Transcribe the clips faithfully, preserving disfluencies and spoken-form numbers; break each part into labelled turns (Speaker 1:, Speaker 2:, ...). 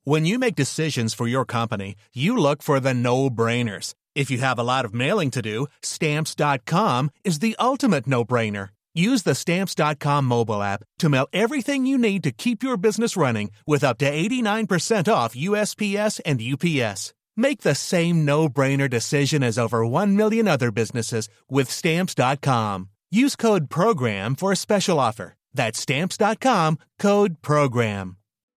Speaker 1: When you make decisions for your company, you look for the no-brainers. If you have a lot of mailing to do, Stamps dot com is the ultimate no-brainer. Use the Stamps dot com mobile app to mail everything you need to keep your business running with up to eighty-nine percent off U S P S and U P S. Make the same no-brainer decision as over one million other businesses with Stamps dot com. Use code PROGRAM for a special offer. That's Stamps dot com, code PROGRAM.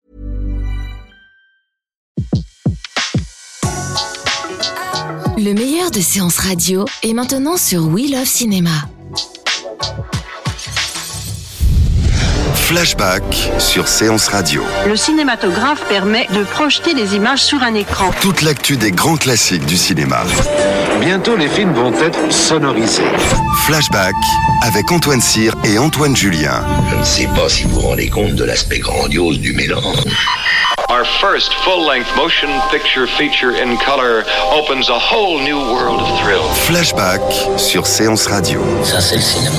Speaker 2: Le meilleur de séances radio est maintenant sur We Love Cinéma.
Speaker 3: Flashback sur Séance Radio.
Speaker 4: Le cinématographe permet de projeter des images sur un écran.
Speaker 3: Toute l'actu des grands classiques du cinéma.
Speaker 5: Bientôt, les films vont être sonorisés.
Speaker 3: Flashback avec Antoine Cyr et Antoine Julien.
Speaker 6: Je ne sais pas si vous vous rendez compte de l'aspect grandiose du mélange.
Speaker 7: Our first full-length motion picture feature in color opens a whole new world of thrill.
Speaker 3: Flashback sur Séance Radio.
Speaker 6: Ça, c'est le cinéma.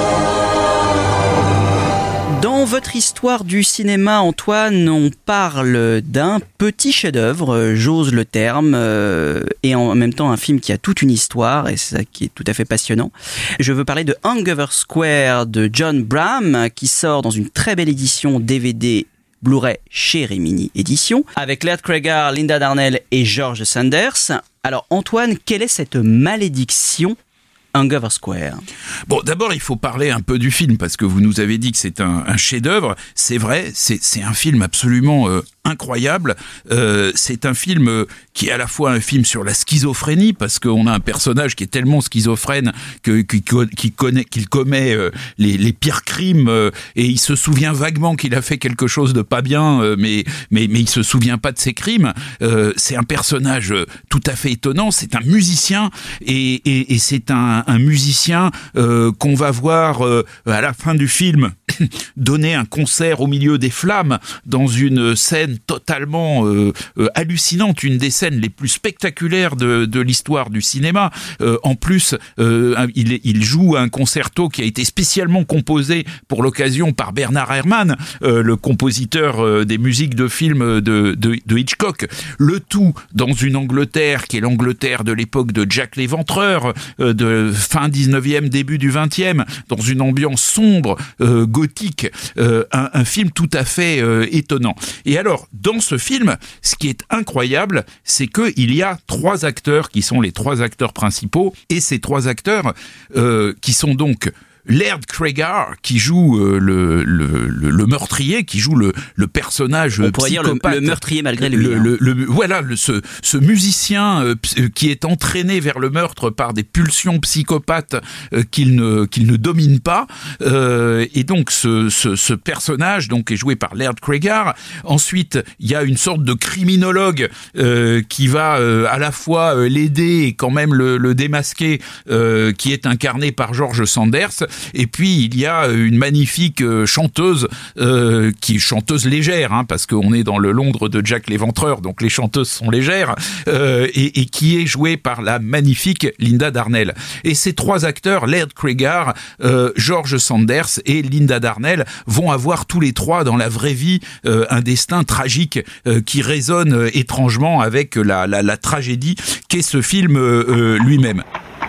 Speaker 8: Dans votre histoire du cinéma, Antoine, on parle d'un petit chef-d'œuvre, j'ose le terme, euh, et en même temps un film qui a toute une histoire, et c'est ça qui est tout à fait passionnant. Je veux parler de Hangover Square de John Bram, qui sort dans une très belle édition D V D Blu-ray chez Rimini Édition, avec Laird Cregar, Linda Darnell et George Sanders. Alors Antoine, quelle est cette malédiction Hangover Square?
Speaker 9: Bon, d'abord, il faut parler un peu du film, parce que vous nous avez dit que c'est un, un chef-d'œuvre. C'est vrai, c'est, c'est un film absolument euh, incroyable. Euh, c'est un film euh, qui est à la fois un film sur la schizophrénie, parce qu'on a un personnage qui est tellement schizophrène que, qu'il, qu'il, connaît, qu'il commet euh, les, les pires crimes, euh, et il se souvient vaguement qu'il a fait quelque chose de pas bien, euh, mais, mais, mais il se souvient pas de ses crimes. Euh, c'est un personnage euh, tout à fait étonnant. C'est un musicien, et, et, et c'est un un musicien euh, qu'on va voir euh, à la fin du film donner un concert au milieu des flammes dans une scène totalement euh, euh, hallucinante, une des scènes les plus spectaculaires de, de l'histoire du cinéma. Euh, en plus, euh, il, il joue un concerto qui a été spécialement composé pour l'occasion par Bernard Herrmann, euh, le compositeur euh, des musiques de films de, de, de Hitchcock. Le tout dans une Angleterre qui est l'Angleterre de l'époque de Jack l'Éventreur, euh, de fin dix-neuvième, début du vingtième, dans une ambiance sombre, euh, gothique, euh, un, un film tout à fait euh, étonnant. Et alors, dans ce film, ce qui est incroyable, c'est qu'il y a trois acteurs qui sont les trois acteurs principaux, et ces trois acteurs euh, qui sont donc Laird Cregar, qui joue euh, le, le, le, le meurtrier, qui joue le, le personnage
Speaker 8: on pourrait
Speaker 9: psychopathe.
Speaker 8: Dire le, le meurtrier malgré lui.
Speaker 9: Le,
Speaker 8: hein.
Speaker 9: le, le, voilà, le, ce, ce musicien euh, qui est entraîné vers le meurtre par des pulsions psychopathes euh, qu'il ne qu'il ne domine pas. Euh, et donc ce, ce, ce personnage donc est joué par Laird Cregar. Ensuite, il y a une sorte de criminologue euh, qui va euh, à la fois euh, l'aider et quand même le, le démasquer, euh, qui est incarné par George Sanders. Et puis il y a une magnifique chanteuse euh, qui est chanteuse légère, hein, parce qu'on est dans le Londres de Jack l'Éventreur, donc les chanteuses sont légères, euh, et, et qui est jouée par la magnifique Linda Darnell. Et ces trois acteurs, Laird Cregar, euh, George Sanders et Linda Darnell, vont avoir tous les trois dans la vraie vie euh, un destin tragique euh, qui résonne euh, étrangement avec la, la, la tragédie qu'est ce film euh, euh, lui-même.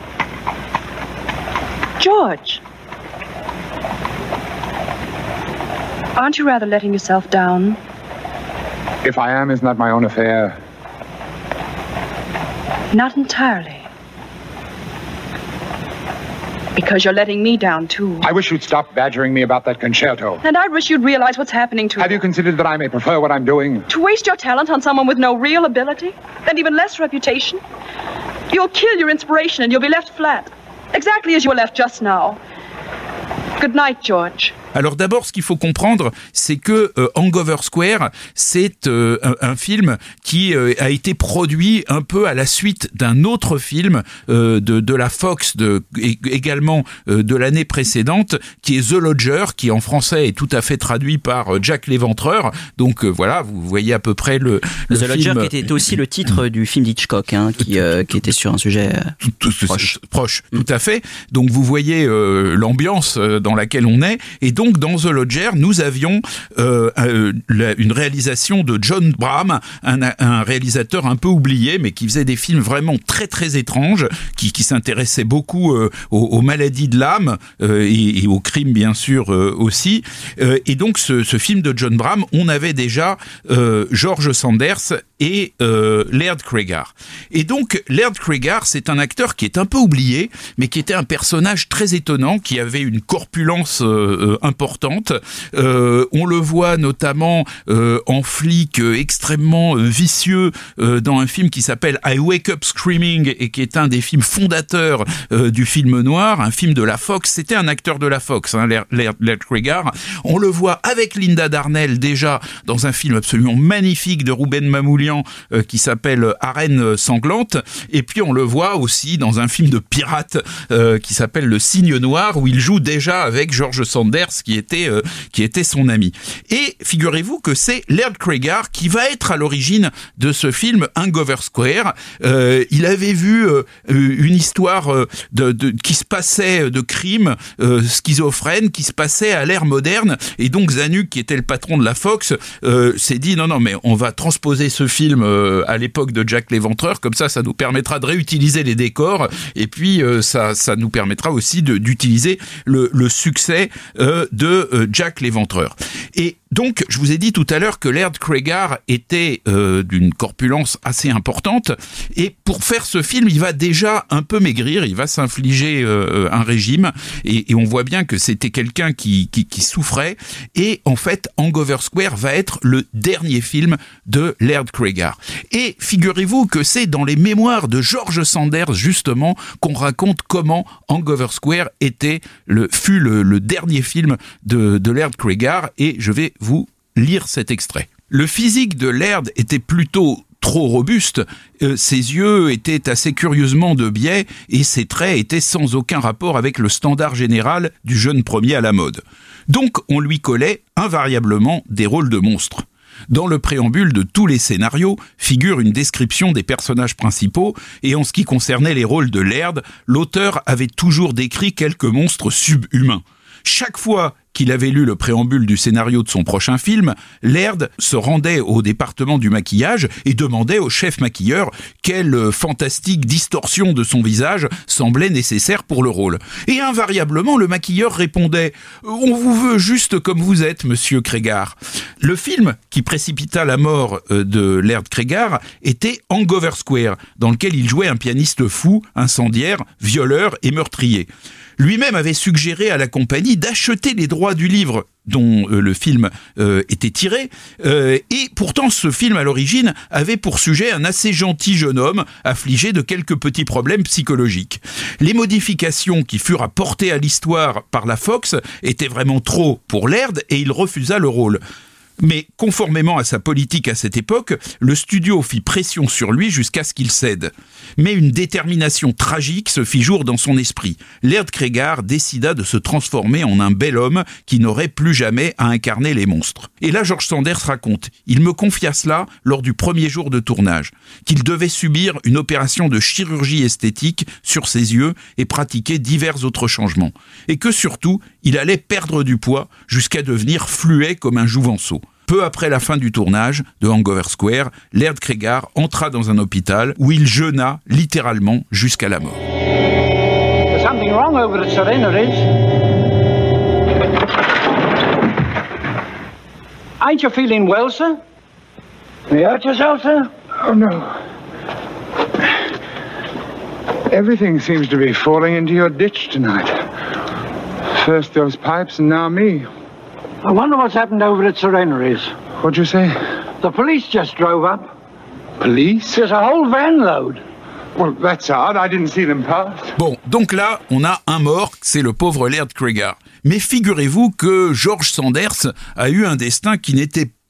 Speaker 10: George, aren't you rather letting yourself down?
Speaker 5: If I am, isn't that my own affair?
Speaker 10: Not entirely. Because you're letting me down, too.
Speaker 5: I wish you'd stop badgering me about that concerto.
Speaker 10: And I wish you'd realize what's happening to you.
Speaker 5: Have you considered that I may prefer what I'm doing?
Speaker 10: To waste your talent on someone with no real ability, and even less reputation? You'll kill your inspiration and you'll be left flat. Exactly as you were left just now. Good night, George.
Speaker 9: Alors d'abord, ce qu'il faut comprendre, c'est que euh, Hangover Square, c'est euh, un, un film qui euh, a été produit un peu à la suite d'un autre film euh, de, de la Fox, de, également euh, de l'année précédente, qui est The Lodger, qui en français est tout à fait traduit par Jack l'Éventreur. Donc euh, voilà, vous voyez à peu près le, le
Speaker 8: The
Speaker 9: film.
Speaker 8: Lodger, qui était aussi le titre du film d'Hitchcock, hein, qui, euh, qui était sur un sujet euh,
Speaker 9: tout, tout,
Speaker 8: proche.
Speaker 9: Proche, mm. Tout à fait. Donc vous voyez euh, l'ambiance dans laquelle on est, et donc donc dans The Lodger, nous avions euh, euh, la, une réalisation de John Bram, un, un réalisateur un peu oublié, mais qui faisait des films vraiment très très étranges, qui, qui s'intéressait beaucoup euh, aux, aux maladies de l'âme euh, et, et aux crimes bien sûr euh, aussi. Euh, et donc ce, ce film de John Bram, on avait déjà euh, George Sanders et euh, Laird Cregar. Et donc Laird Cregar, c'est un acteur qui est un peu oublié, mais qui était un personnage très étonnant, qui avait une corpulence euh, importante. Euh, on le voit notamment euh, en flic euh, extrêmement euh, vicieux euh, dans un film qui s'appelle I Wake Up Screaming et qui est un des films fondateurs euh, du film noir, un film de la Fox. C'était un acteur de la Fox, hein, Laird, Laird Cregar. On le voit avec Linda Darnell déjà dans un film absolument magnifique de Rouben Mamoulian euh, qui s'appelle Arène sanglante. Et puis on le voit aussi dans un film de pirate euh, qui s'appelle Le Cygne Noir, où il joue déjà avec George Sanders qui était euh, qui était son ami. Et figurez-vous que c'est Laird Cregar qui va être à l'origine de ce film Hangover Square. Euh, il avait vu euh, une histoire euh, de, de qui se passait de crimes euh, schizophrènes qui se passait à l'ère moderne, et donc Zanuck, qui était le patron de la Fox, euh, s'est dit non non mais on va transposer ce film euh, à l'époque de Jack l'Éventreur, comme ça ça nous permettra de réutiliser les décors, et puis euh, ça ça nous permettra aussi de, d'utiliser le, le succès euh, de euh, Jack l'Éventreur. Et donc, je vous ai dit tout à l'heure que Laird Cregar était euh, d'une corpulence assez importante, et pour faire ce film, il va déjà un peu maigrir, il va s'infliger euh, un régime, et, et on voit bien que c'était quelqu'un qui, qui, qui souffrait, et en fait, Hangover Square va être le dernier film de Laird Cregar. Et figurez-vous que c'est dans les mémoires de George Sanders, justement, qu'on raconte comment Hangover Square était le, fut le, le dernier film de, de Laird Cregar, et je vais vous lire cet extrait. Le physique de Laird était plutôt trop robuste, euh, ses yeux étaient assez curieusement de biais et ses traits étaient sans aucun rapport avec le standard général du jeune premier à la mode. Donc on lui collait invariablement des rôles de monstres. Dans le préambule de tous les scénarios figure une description des personnages principaux, et en ce qui concernait les rôles de Laird, l'auteur avait toujours décrit quelques monstres subhumains. Chaque fois qu'il avait lu le préambule du scénario de son prochain film, Laird se rendait au département du maquillage et demandait au chef maquilleur quelle fantastique distorsion de son visage semblait nécessaire pour le rôle. Et invariablement, le maquilleur répondait « On vous veut juste comme vous êtes, monsieur Cregar ». Le film qui précipita la mort de Laird Cregar était Hangover Square, dans lequel il jouait un pianiste fou, incendiaire, violeur et meurtrier. Lui-même avait suggéré à la compagnie d'acheter les droits du livre dont euh, le film euh, était tiré, euh, et pourtant ce film à l'origine avait pour sujet un assez gentil jeune homme affligé de quelques petits problèmes psychologiques. Les modifications qui furent apportées à l'histoire par la Fox étaient vraiment trop pour Laird, et il refusa le rôle. Mais conformément à sa politique à cette époque, le studio fit pression sur lui jusqu'à ce qu'il cède. Mais une détermination tragique se fit jour dans son esprit. Laird Cregar décida de se transformer en un bel homme qui n'aurait plus jamais à incarner les monstres. Et là, George Sanders raconte, il me confia cela lors du premier jour de tournage, qu'il devait subir une opération de chirurgie esthétique sur ses yeux et pratiquer divers autres changements. Et que surtout, il allait perdre du poids jusqu'à devenir fluet comme un jouvenceau. Peu après la fin du tournage de Hangover Square, Laird Cregar entra dans un hôpital où il jeûna littéralement jusqu'à la mort.
Speaker 11: There's something wrong over at Serenita's. Ain't you feeling well, sir? You hurt yourself, sir?
Speaker 5: Oh, no. Everything seems to be falling into your ditch tonight. First those pipes and now me.
Speaker 11: I wonder what's happened over at Serenita's.
Speaker 5: What'd you say?
Speaker 11: The police just drove up.
Speaker 5: Police?
Speaker 11: There's a whole van load.
Speaker 5: Well, that's odd. I didn't see them pass.
Speaker 9: Bon, donc là, on a un mort, c'est le pauvre Laird Cregar. Mais figurez-vous que George Sanders a eu un destin qui n'était pas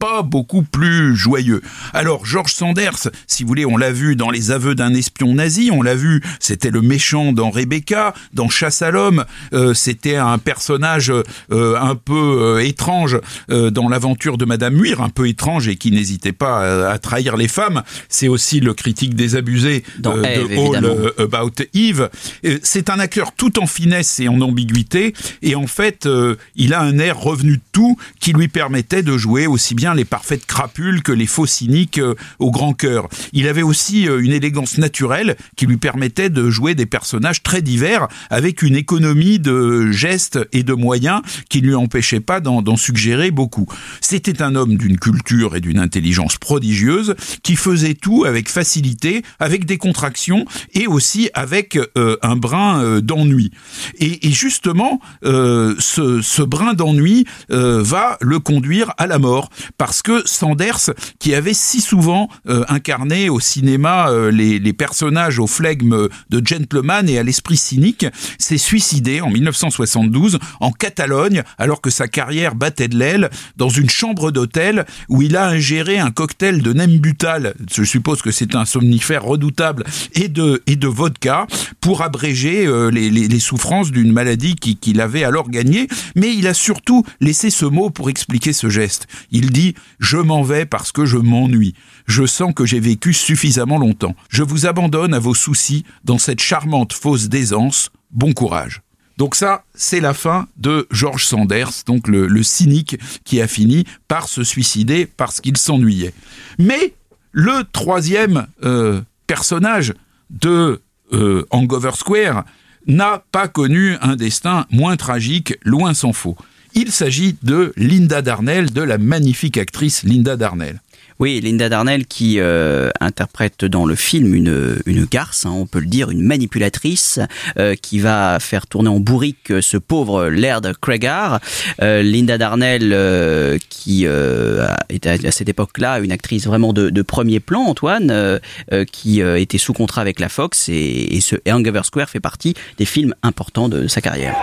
Speaker 9: pas beaucoup plus joyeux. Alors, George Sanders, si vous voulez, on l'a vu dans Les aveux d'un espion nazi, on l'a vu, c'était le méchant dans Rebecca, dans Chasse à l'homme, euh, c'était un personnage euh, un peu euh, étrange euh, dans l'aventure de Madame Muir, un peu étrange et qui n'hésitait pas à, à trahir les femmes. C'est aussi le critique désabusé
Speaker 8: dans
Speaker 9: euh,
Speaker 8: Eve,
Speaker 9: de
Speaker 8: évidemment.
Speaker 9: All euh, About Eve. Euh, c'est un acteur tout en finesse et en ambiguïté, et en fait, euh, il a un air revenu de tout qui lui permettait de jouer aussi bien les parfaites crapules que les faux cyniques euh, au grand cœur. Il avait aussi euh, une élégance naturelle qui lui permettait de jouer des personnages très divers avec une économie de gestes et de moyens qui ne lui empêchait pas d'en, d'en suggérer beaucoup. C'était un homme d'une culture et d'une intelligence prodigieuse qui faisait tout avec facilité, avec des contractions et aussi avec euh, un brin euh, d'ennui. Et, et justement, euh, ce, ce brin d'ennui euh, va le conduire à la mort, parce que Sanders, qui avait si souvent euh, incarné au cinéma euh, les, les personnages au flegme de gentleman et à l'esprit cynique, s'est suicidé en dix-neuf cent soixante-douze en Catalogne, alors que sa carrière battait de l'aile, dans une chambre d'hôtel où il a ingéré un cocktail de Nembutal, je suppose que c'est un somnifère redoutable, et de, et de vodka, pour abréger euh, les, les, les souffrances d'une maladie qui, qu'il avait alors gagnée. Mais il a surtout laissé ce mot pour expliquer ce geste. Il dit « Je m'en vais parce que je m'ennuie. Je sens que j'ai vécu suffisamment longtemps. Je vous abandonne à vos soucis dans cette charmante fausse d'aisance. Bon courage. » Donc ça, c'est la fin de George Sanders, donc le, le cynique qui a fini par se suicider parce qu'il s'ennuyait. Mais le troisième euh, personnage de euh, Hangover Square n'a pas connu un destin moins tragique, loin s'en faut. Il s'agit de Linda Darnell, de la magnifique actrice Linda Darnell.
Speaker 8: Oui, Linda Darnell qui euh, interprète dans le film une, une garce, hein, on peut le dire, une manipulatrice euh, qui va faire tourner en bourrique ce pauvre Laird Cregar. Euh, Linda Darnell euh, qui euh, était à cette époque-là une actrice vraiment de, de premier plan, Antoine, euh, euh, qui euh, était sous contrat avec la Fox, et, et ce et Hangover Square fait partie des films importants de sa carrière.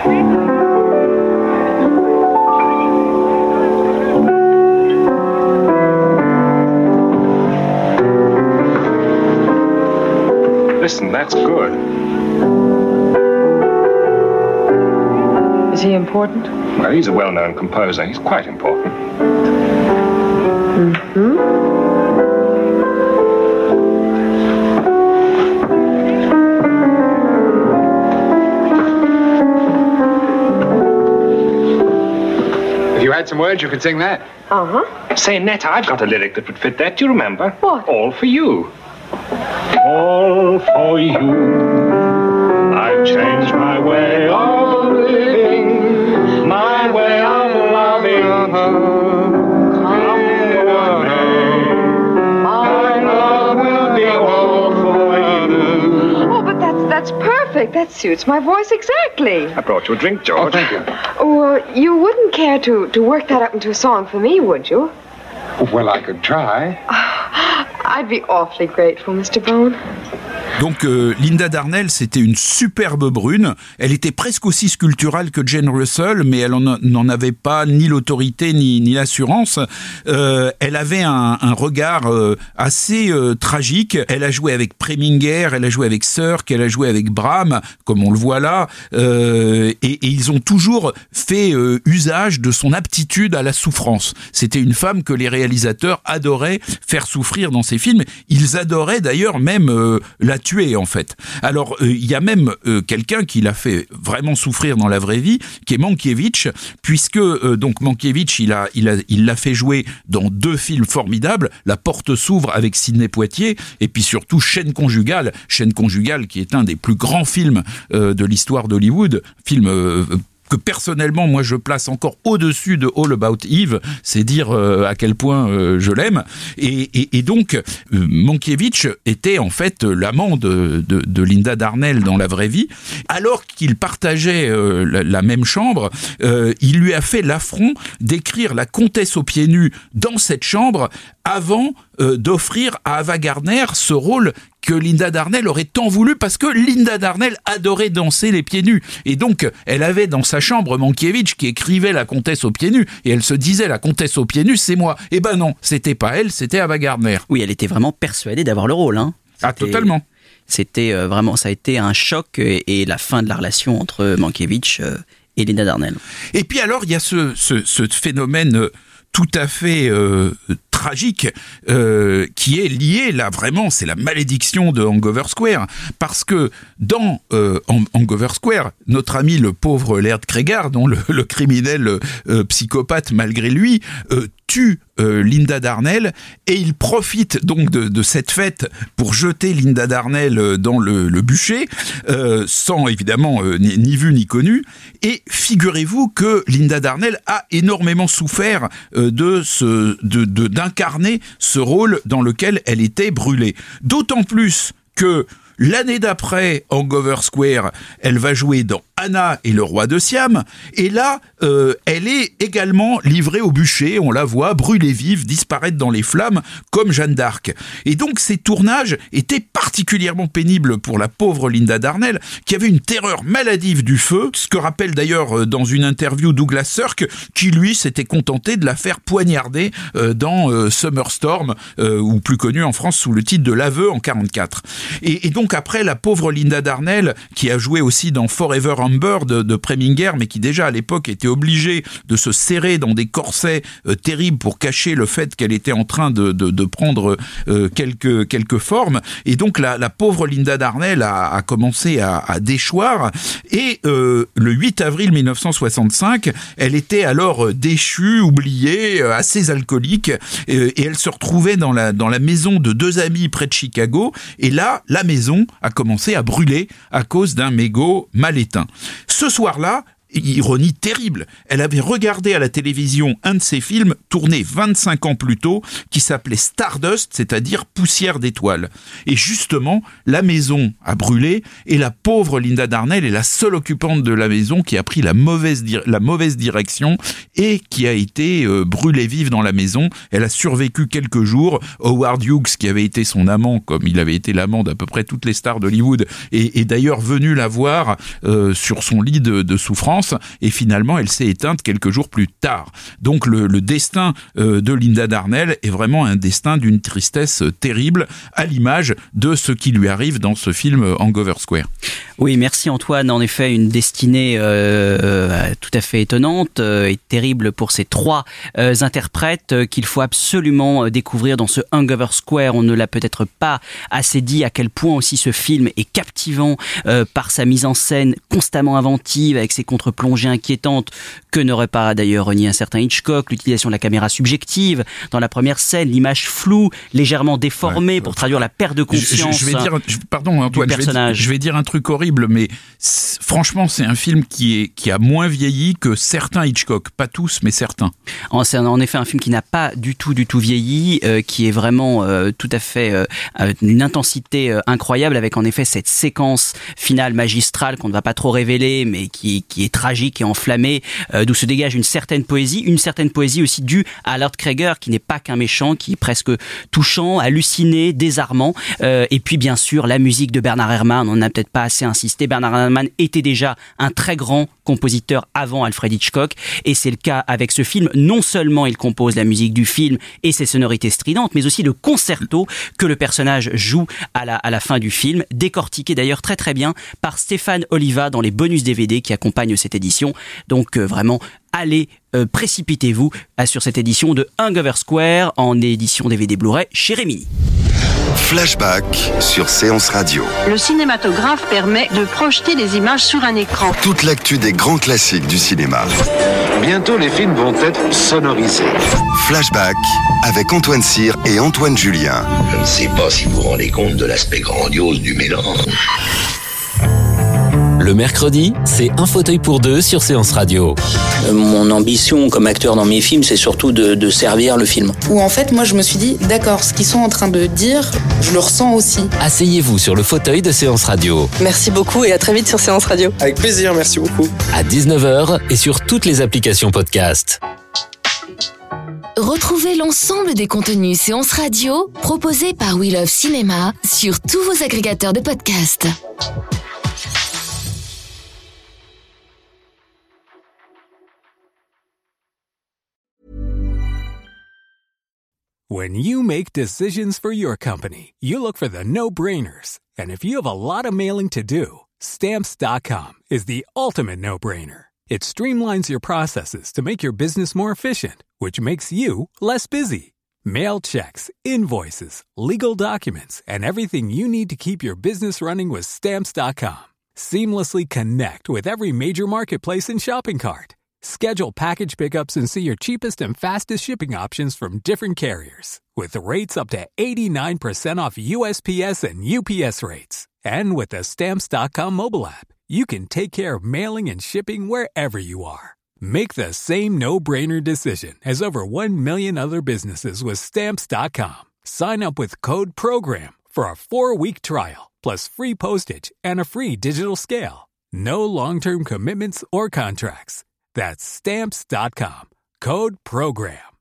Speaker 11: Listen, that's good.
Speaker 10: Is he important?
Speaker 11: Well, he's a well-known composer. He's quite important.
Speaker 10: Mm-hmm.
Speaker 5: If you had some words, you could sing that.
Speaker 10: Uh-huh.
Speaker 11: Say, Netta, I've got a lyric that would fit that. Do you remember?
Speaker 10: What?
Speaker 11: All for you. All for you. I've changed my way of living, my way of loving. Come what may, my love will be all for you.
Speaker 10: Oh, but that's that's perfect. That suits my voice exactly.
Speaker 11: I brought you a drink, George.
Speaker 5: Oh, thank you.
Speaker 10: Oh, uh, you wouldn't care to, to work that up into a song for me, would you?
Speaker 5: Well, I could try.
Speaker 10: I'd be awfully grateful, Mister Bone.
Speaker 9: Donc euh, Linda Darnell, c'était une superbe brune. Elle était presque aussi sculpturale que Jane Russell, mais elle n'en avait pas ni l'autorité ni, ni l'assurance. Euh, elle avait un, un regard euh, assez euh, tragique. Elle a joué avec Preminger, elle a joué avec Sirk, elle a joué avec Brahms, comme on le voit là. Euh, et, et ils ont toujours fait euh, usage de son aptitude à la souffrance. C'était une femme que les réalisateurs adoraient faire souffrir dans ses films. Ils adoraient d'ailleurs même euh, la tuer en fait. Alors il euh, y a même euh, quelqu'un qui l'a fait vraiment souffrir dans la vraie vie, qui est Mankiewicz, puisque euh, donc Mankiewicz il a il a il l'a fait jouer dans deux films formidables, La Porte s'ouvre avec Sidney Poitier, et puis surtout Chaîne conjugale, Chaîne conjugale qui est un des plus grands films euh, de l'histoire d'Hollywood, film euh, que personnellement, moi, je place encore au-dessus de All About Eve, c'est dire euh, à quel point euh, je l'aime. Et, et, et donc, euh, Mankiewicz était en fait l'amant de, de, de Linda Darnell dans la vraie vie. Alors qu'il partageait euh, la, la même chambre, euh, il lui a fait l'affront d'écrire La Comtesse aux pieds nus dans cette chambre avant euh, d'offrir à Ava Gardner ce rôle que Linda Darnell aurait tant voulu parce que Linda Darnell adorait danser les pieds nus. Et donc, elle avait dans sa chambre Mankiewicz qui écrivait La Comtesse aux pieds nus et elle se disait La Comtesse aux pieds nus, c'est moi. Eh ben non, c'était pas elle, c'était Ava Gardner.
Speaker 8: Oui, elle était vraiment persuadée d'avoir le rôle. Hein.
Speaker 9: Ah, totalement.
Speaker 8: C'était euh, vraiment, ça a été un choc et, et la fin de la relation entre Mankiewicz euh, et Linda Darnell.
Speaker 9: Et puis alors, il y a ce, ce, ce phénomène euh, tout à fait euh, tragique euh, qui est lié, là vraiment, c'est la malédiction de Hangover Square, parce que dans euh, Hangover Square, notre ami le pauvre Laird Cregar, dont le, le criminel euh, psychopathe malgré lui, euh, tue euh, Linda Darnell et il profite donc de, de cette fête pour jeter Linda Darnell dans le, le bûcher, euh, sans évidemment euh, ni, ni vu ni connu. Et figurez-vous que Linda Darnell a énormément souffert euh, de ce, de, de, d'incarner ce rôle dans lequel elle était brûlée. D'autant plus que l'année d'après Hangover Square, elle va jouer dans Anna et le roi de Siam, et là, euh, elle est également livrée au bûcher, on la voit brûler vive, disparaître dans les flammes, comme Jeanne d'Arc. Et donc, ces tournages étaient particulièrement pénibles pour la pauvre Linda Darnell, qui avait une terreur maladive du feu, ce que rappelle d'ailleurs dans une interview Douglas Sirk, qui lui s'était contenté de la faire poignarder euh, dans euh, Summer Storm, euh, ou plus connu en France sous le titre de L'Aveu en quarante-quatre. Et, et donc après, la pauvre Linda Darnell, qui a joué aussi dans Forever Amber de, de Preminger, mais qui déjà à l'époque était obligée de se serrer dans des corsets euh, terribles pour cacher le fait qu'elle était en train de, de, de prendre euh, quelques, quelques formes. Et donc la, la pauvre Linda Darnell a, a commencé à, à déchoir. Et euh, le huit avril mille neuf cent soixante-cinq, elle était alors déchue, oubliée, assez alcoolique, et, et elle se retrouvait dans la, dans la maison de deux amis près de Chicago. Et là, la maison a commencé à brûler à cause d'un mégot mal éteint. Ce soir-là, ironie terrible, elle avait regardé à la télévision un de ses films tourné vingt-cinq ans plus tôt qui s'appelait Stardust, c'est-à-dire Poussière d'étoiles. Et justement, la maison a brûlé et la pauvre Linda Darnell est la seule occupante de la maison qui a pris la mauvaise, di- la mauvaise direction et qui a été euh, brûlée vive dans la maison. Elle a survécu quelques jours. Howard Hughes, qui avait été son amant, comme il avait été l'amant d'à peu près toutes les stars d'Hollywood, est, est d'ailleurs venu la voir euh, sur son lit de, de souffrance. Et finalement, elle s'est éteinte quelques jours plus tard. Donc le, le destin euh, de Linda Darnell est vraiment un destin d'une tristesse terrible, à l'image de ce qui lui arrive dans ce film Hangover Square.
Speaker 8: Oui, merci Antoine. En effet, une destinée euh, euh, tout à fait étonnante euh, et terrible pour ces trois euh, interprètes euh, qu'il faut absolument euh, découvrir dans ce Hangover Square. On ne l'a peut-être pas assez dit à quel point aussi ce film est captivant euh, par sa mise en scène constamment inventive avec ses contre-plongées inquiétantes que n'aurait pas d'ailleurs renié un certain Hitchcock, l'utilisation de la caméra subjective dans la première scène, l'image floue, légèrement déformée ouais, pour traduire la perte de conscience.
Speaker 9: Je, je vais dire, je, pardon Antoine,
Speaker 8: du personnage.
Speaker 9: Je vais, je vais dire un truc horrible, mais franchement, c'est un film qui est qui a moins vieilli que certains Hitchcock, pas tous, mais certains.
Speaker 8: C'est en effet un film qui n'a pas du tout, du tout vieilli, euh, qui est vraiment euh, tout à fait euh, une intensité euh, incroyable, avec en effet cette séquence finale magistrale qu'on ne va pas trop révéler, mais qui qui est tragique et enflammée, euh, d'où se dégage une certaine poésie, une certaine poésie aussi due à Laird Cregar, qui n'est pas qu'un méchant, qui est presque touchant, halluciné, désarmant, euh, et puis bien sûr la musique de Bernard Herrmann. On n'a peut-être pas assez insisté. Bernard Herrmann était déjà un très grand compositeur avant Alfred Hitchcock, et c'est le cas avec ce film. Non seulement il compose la musique du film et ses sonorités stridentes, mais aussi le concerto que le personnage joue à la, à la fin du film, décortiqué d'ailleurs très très bien par Stéphane Oliva dans les bonus D V D qui accompagnent cette édition. Donc euh, vraiment, allez, euh, précipitez-vous euh, sur cette édition de Hangover Square en édition D V D Blu-ray chez Remini.
Speaker 3: Flashback sur Séance Radio.
Speaker 4: Le cinématographe permet de projeter des images sur un écran.
Speaker 3: Toute l'actu des grands classiques du cinéma.
Speaker 6: Bientôt, les films vont être sonorisés.
Speaker 3: Flashback avec Antoine Cyr et Antoine Julien.
Speaker 6: Je ne sais pas si vous vous rendez compte de l'aspect grandiose du mélange.
Speaker 12: Le mercredi, c'est un fauteuil pour deux sur Séance Radio.
Speaker 13: Euh, mon ambition comme acteur dans mes films, c'est surtout de, de servir le film.
Speaker 14: Où en fait, moi je me suis dit, d'accord, ce qu'ils sont en train de dire, je le ressens aussi.
Speaker 12: Asseyez-vous sur le fauteuil de Séance Radio.
Speaker 15: Merci beaucoup et à très vite sur Séance Radio.
Speaker 16: Avec plaisir, merci beaucoup.
Speaker 12: À dix-neuf heures et sur toutes les applications podcast.
Speaker 2: Retrouvez l'ensemble des contenus séances radio proposés par We Love Cinéma sur tous vos agrégateurs de podcasts.
Speaker 16: When you make decisions for your company, you look for the no-brainers. And if you have a lot of mailing to do, Stamps dot com is the ultimate no-brainer. It streamlines your processes to make your business more efficient, which makes you less busy. Mail checks, invoices, legal documents, and everything you need to keep your business running with Stamps dot com. Seamlessly connect with every major marketplace and shopping cart. Schedule package pickups and see your cheapest and fastest shipping options from different carriers. With rates up to eighty-nine percent off U S P S and U P S rates. And with the Stamps dot com mobile app, you can take care of mailing and shipping wherever you are. Make the same no-brainer decision as over one million other businesses with Stamps dot com. Sign up with code PROGRAM for a four-week trial, plus free postage and a free digital scale. No long-term commitments or contracts. That's Stamps dot com. Code PROGRAM.